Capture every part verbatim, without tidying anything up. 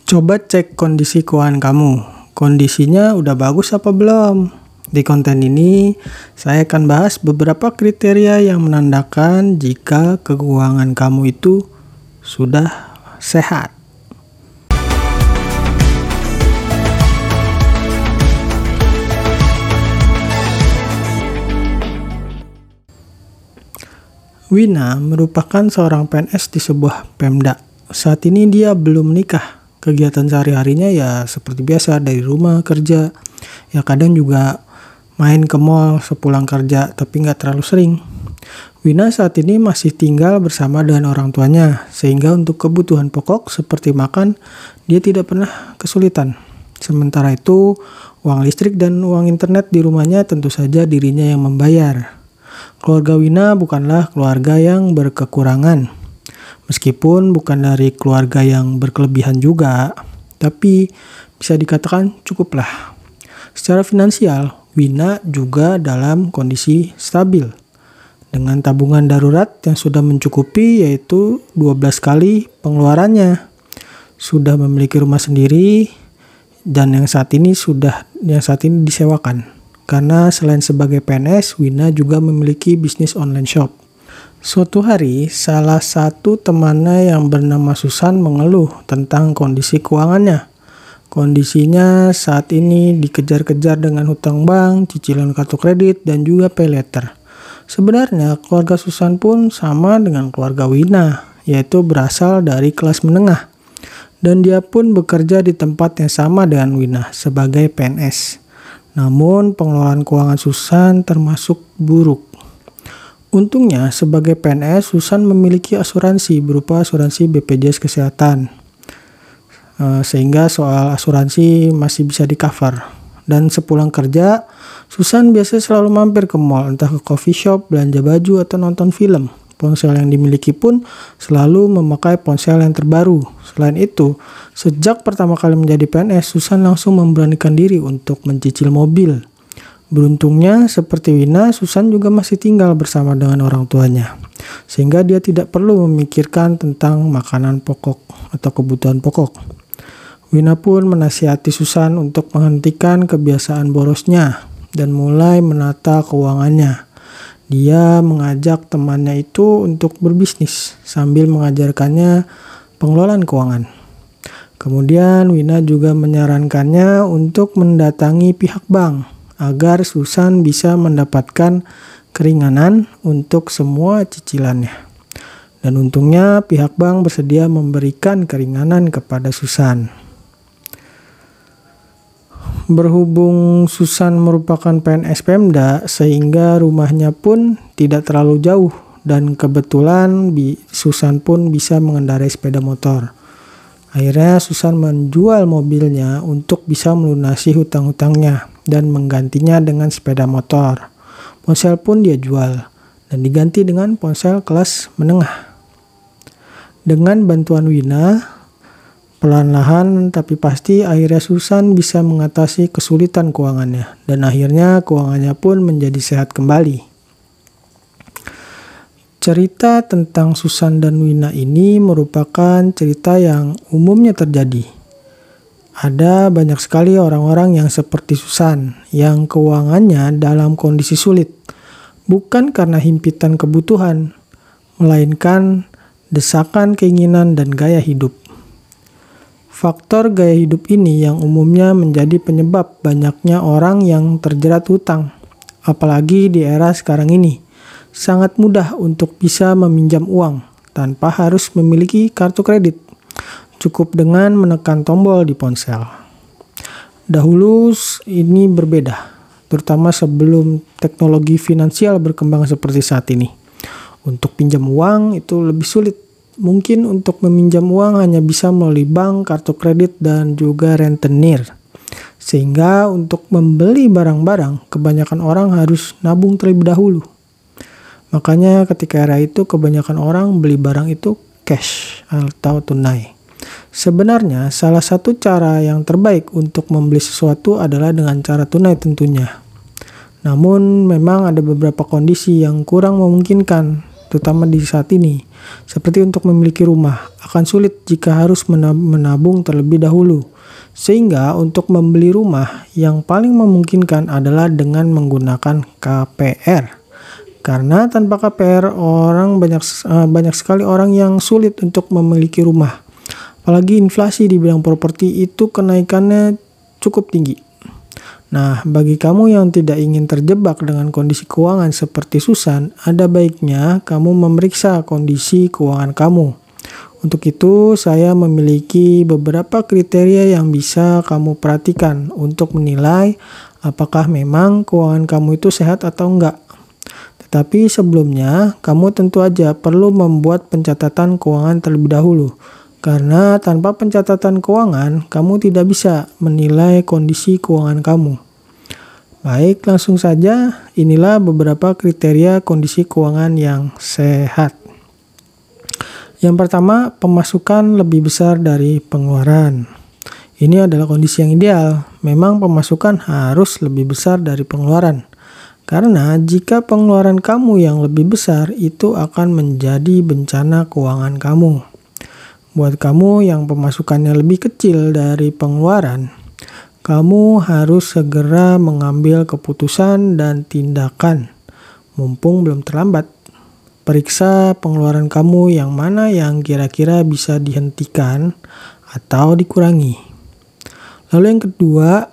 Coba cek kondisi keuangan kamu. Kondisinya udah bagus apa belum? Di konten ini, saya akan bahas beberapa kriteria yang menandakan jika keuangan kamu itu sudah sehat. Wina merupakan seorang P N S di sebuah Pemda. Saat ini dia belum menikah. Kegiatan sehari-harinya ya seperti biasa, dari rumah kerja. Ya kadang juga main ke mall sepulang kerja, tapi nggak terlalu sering. Wina saat ini masih tinggal bersama dengan orang tuanya, sehingga untuk kebutuhan pokok seperti makan, dia tidak pernah kesulitan. Sementara itu, uang listrik dan uang internet di rumahnya tentu saja dirinya yang membayar. Keluarga Wina bukanlah keluarga yang berkekurangan. Meskipun bukan dari keluarga yang berkelebihan juga, tapi bisa dikatakan cukuplah. Secara finansial, Wina juga dalam kondisi stabil. Dengan tabungan darurat yang sudah mencukupi, yaitu dua belas kali pengeluarannya. Sudah memiliki rumah sendiri dan yang saat ini sudah yang saat ini disewakan. Karena selain sebagai P N S, Wina juga memiliki bisnis online shop. Suatu hari, salah satu temannya yang bernama Susan mengeluh tentang kondisi keuangannya. Kondisinya saat ini dikejar-kejar dengan hutang bank, cicilan kartu kredit, dan juga pay letter. Sebenarnya keluarga Susan pun sama dengan keluarga Wina, yaitu berasal dari kelas menengah. Dan dia pun bekerja di tempat yang sama dengan Wina sebagai P N S. Namun pengelolaan keuangan Susan termasuk buruk. Untungnya sebagai P N S, Susan memiliki asuransi berupa asuransi B P J S Kesehatan. E, sehingga soal asuransi masih bisa di cover. Dan sepulang kerja, Susan biasanya selalu mampir ke mall, entah ke coffee shop, belanja baju, atau nonton film. Ponsel yang dimiliki pun selalu memakai ponsel yang terbaru. Selain itu, sejak pertama kali menjadi P N S, Susan langsung memberanikan diri untuk mencicil mobil. Beruntungnya, seperti Wina, Susan juga masih tinggal bersama dengan orang tuanya. Sehingga dia tidak perlu memikirkan tentang makanan pokok atau kebutuhan pokok. Wina pun menasihati Susan untuk menghentikan kebiasaan borosnya dan mulai menata keuangannya. Dia mengajak temannya itu untuk berbisnis sambil mengajarkannya pengelolaan keuangan. Kemudian Wina juga menyarankannya untuk mendatangi pihak bank agar Susan bisa mendapatkan keringanan untuk semua cicilannya. Dan untungnya pihak bank bersedia memberikan keringanan kepada Susan. Berhubung Susan merupakan P N S Pemda, sehingga rumahnya pun tidak terlalu jauh dan kebetulan Susan pun bisa mengendarai sepeda motor. Akhirnya Susan menjual mobilnya untuk bisa melunasi hutang-hutangnya dan menggantinya dengan sepeda motor. Ponsel pun dia jual dan diganti dengan ponsel kelas menengah. Dengan bantuan Wina, perlahan-lahan tapi pasti akhirnya Susan bisa mengatasi kesulitan keuangannya dan akhirnya keuangannya pun menjadi sehat kembali. Cerita tentang Susan dan Wina ini merupakan cerita yang umumnya terjadi. Ada banyak sekali orang-orang yang seperti Susan yang keuangannya dalam kondisi sulit, bukan karena himpitan kebutuhan, melainkan desakan keinginan dan gaya hidup. Faktor gaya hidup ini yang umumnya menjadi penyebab banyaknya orang yang terjerat hutang. Apalagi di era sekarang ini, sangat mudah untuk bisa meminjam uang tanpa harus memiliki kartu kredit. Cukup dengan menekan tombol di ponsel. Dahulu ini berbeda, terutama sebelum teknologi finansial berkembang seperti saat ini. Untuk pinjam uang itu lebih sulit. Mungkin untuk meminjam uang hanya bisa melalui bank, kartu kredit, dan juga rentenir. Sehingga untuk membeli barang-barang, kebanyakan orang harus nabung terlebih dahulu. Makanya ketika era itu kebanyakan orang beli barang itu cash atau tunai. Sebenarnya salah satu cara yang terbaik untuk membeli sesuatu adalah dengan cara tunai tentunya. Namun memang ada beberapa kondisi yang kurang memungkinkan terutama di saat ini. Seperti untuk memiliki rumah, akan sulit jika harus menabung terlebih dahulu. Sehingga untuk membeli rumah yang paling memungkinkan adalah dengan menggunakan K P R. Karena tanpa K P R orang banyak banyak sekali orang yang sulit untuk memiliki rumah. Apalagi inflasi di bidang properti itu kenaikannya cukup tinggi. Nah, bagi kamu yang tidak ingin terjebak dengan kondisi keuangan seperti Susan, ada baiknya kamu memeriksa kondisi keuangan kamu. Untuk itu, saya memiliki beberapa kriteria yang bisa kamu perhatikan untuk menilai apakah memang keuangan kamu itu sehat atau enggak. Tetapi sebelumnya, kamu tentu aja perlu membuat pencatatan keuangan terlebih dahulu. Karena tanpa pencatatan keuangan, kamu tidak bisa menilai kondisi keuangan kamu. Baik, langsung saja. Inilah beberapa kriteria kondisi keuangan yang sehat. Yang pertama, pemasukan lebih besar dari pengeluaran. Ini adalah kondisi yang ideal. Memang pemasukan harus lebih besar dari pengeluaran. Karena jika pengeluaran kamu yang lebih besar, itu akan menjadi bencana keuangan kamu. Buat kamu yang pemasukannya lebih kecil dari pengeluaran, kamu harus segera mengambil keputusan dan tindakan, mumpung belum terlambat. Periksa pengeluaran kamu yang mana yang kira-kira bisa dihentikan atau dikurangi. Lalu yang kedua,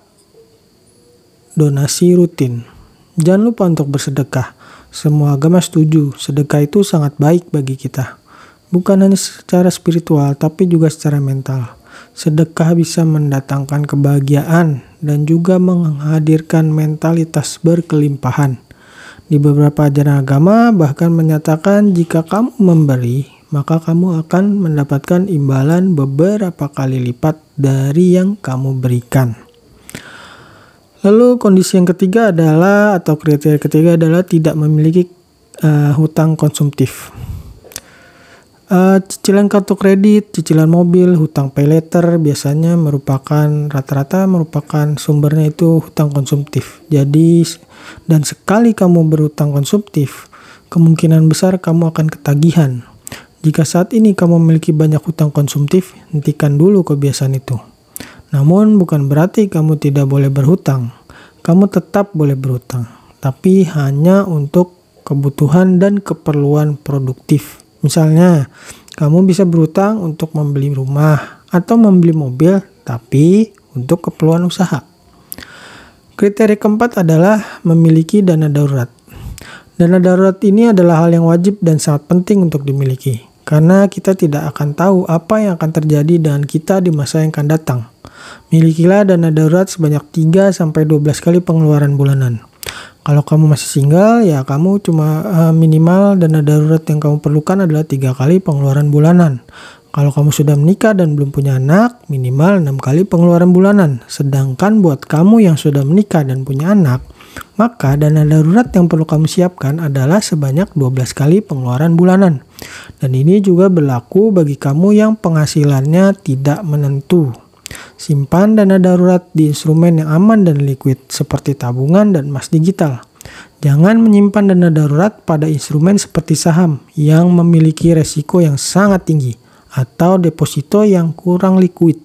donasi rutin. Jangan lupa untuk bersedekah. Semua agama setuju, sedekah itu sangat baik bagi kita. Bukan hanya secara spiritual, tapi juga secara mental. Sedekah bisa mendatangkan kebahagiaan dan juga menghadirkan mentalitas berkelimpahan. Di beberapa ajaran agama bahkan menyatakan jika kamu memberi, maka kamu akan mendapatkan imbalan beberapa kali lipat dari yang kamu berikan. Lalu kondisi yang ketiga adalah, atau kriteria ketiga adalah tidak memiliki uh, hutang konsumtif. Uh, cicilan kartu kredit, cicilan mobil, hutang pay later biasanya merupakan rata-rata merupakan sumbernya itu hutang konsumtif. Jadi dan sekali kamu berhutang konsumtif, kemungkinan besar kamu akan ketagihan. Jika saat ini kamu memiliki banyak hutang konsumtif, hentikan dulu kebiasaan itu. Namun bukan berarti kamu tidak boleh berhutang. Kamu tetap boleh berhutang, tapi hanya untuk kebutuhan dan keperluan produktif. Misalnya, kamu bisa berhutang untuk membeli rumah atau membeli mobil, tapi untuk keperluan usaha. Kriteria keempat adalah memiliki dana darurat. Dana darurat ini adalah hal yang wajib dan sangat penting untuk dimiliki, karena kita tidak akan tahu apa yang akan terjadi dengan kita di masa yang akan datang. Milikilah dana darurat sebanyak tiga sampai dua belas kali pengeluaran bulanan. Kalau kamu masih single, ya kamu cuma uh, minimal dana darurat yang kamu perlukan adalah tiga kali pengeluaran bulanan. Kalau kamu sudah menikah dan belum punya anak, minimal enam kali pengeluaran bulanan. Sedangkan buat kamu yang sudah menikah dan punya anak, maka dana darurat yang perlu kamu siapkan adalah sebanyak dua belas kali pengeluaran bulanan. Dan ini juga berlaku bagi kamu yang penghasilannya tidak menentu. Simpan dana darurat di instrumen yang aman dan liquid seperti tabungan dan emas digital. Jangan menyimpan dana darurat pada instrumen seperti saham yang memiliki resiko yang sangat tinggi atau deposito yang kurang liquid.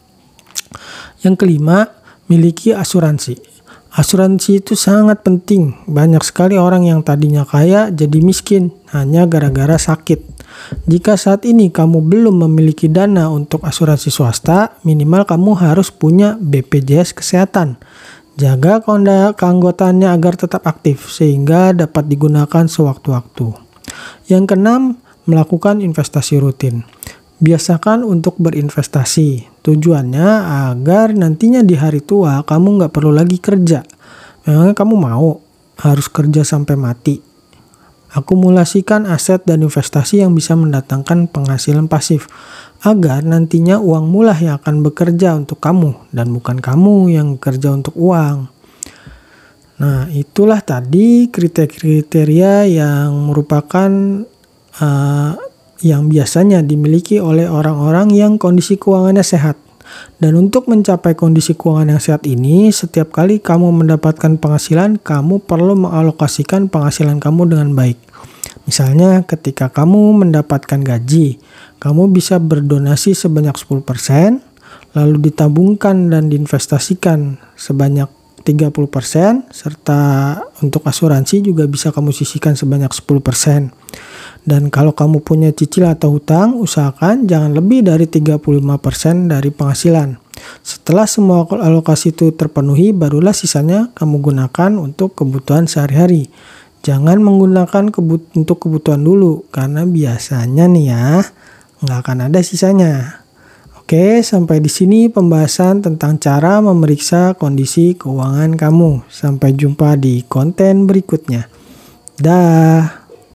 Yang kelima, miliki asuransi. Asuransi itu sangat penting. Banyak sekali orang yang tadinya kaya jadi miskin hanya gara-gara sakit. Jika saat ini kamu belum memiliki dana untuk asuransi swasta, minimal kamu harus punya B P J S Kesehatan. Jaga keanggotaannya agar tetap aktif sehingga dapat digunakan sewaktu-waktu. Yang keenam, melakukan investasi rutin. Biasakan untuk berinvestasi. Tujuannya agar nantinya di hari tua kamu nggak perlu lagi kerja. Memangnya kamu mau harus kerja sampai mati? Akumulasikan aset dan investasi yang bisa mendatangkan penghasilan pasif, agar nantinya uang mulah yang akan bekerja untuk kamu dan bukan kamu yang bekerja untuk uang. Nah, itulah tadi kriteria-kriteria yang merupakan uh, yang biasanya dimiliki oleh orang-orang yang kondisi keuangannya sehat. Dan untuk mencapai kondisi keuangan yang sehat ini, setiap kali kamu mendapatkan penghasilan, kamu perlu mengalokasikan penghasilan kamu dengan baik. Misalnya ketika kamu mendapatkan gaji, kamu bisa berdonasi sebanyak sepuluh persen, lalu ditabungkan dan diinvestasikan sebanyak tiga puluh persen, serta untuk asuransi juga bisa kamu sisihkan sebanyak sepuluh persen. Dan kalau kamu punya cicil atau hutang, usahakan jangan lebih dari tiga puluh lima persen dari penghasilan. Setelah semua alokasi itu terpenuhi, barulah sisanya kamu gunakan untuk kebutuhan sehari-hari. Jangan menggunakan kebut- untuk kebutuhan dulu, karena biasanya nih ya, nggak akan ada sisanya. Oke, sampai di sini pembahasan tentang cara memeriksa kondisi keuangan kamu. Sampai jumpa di konten berikutnya. Dah.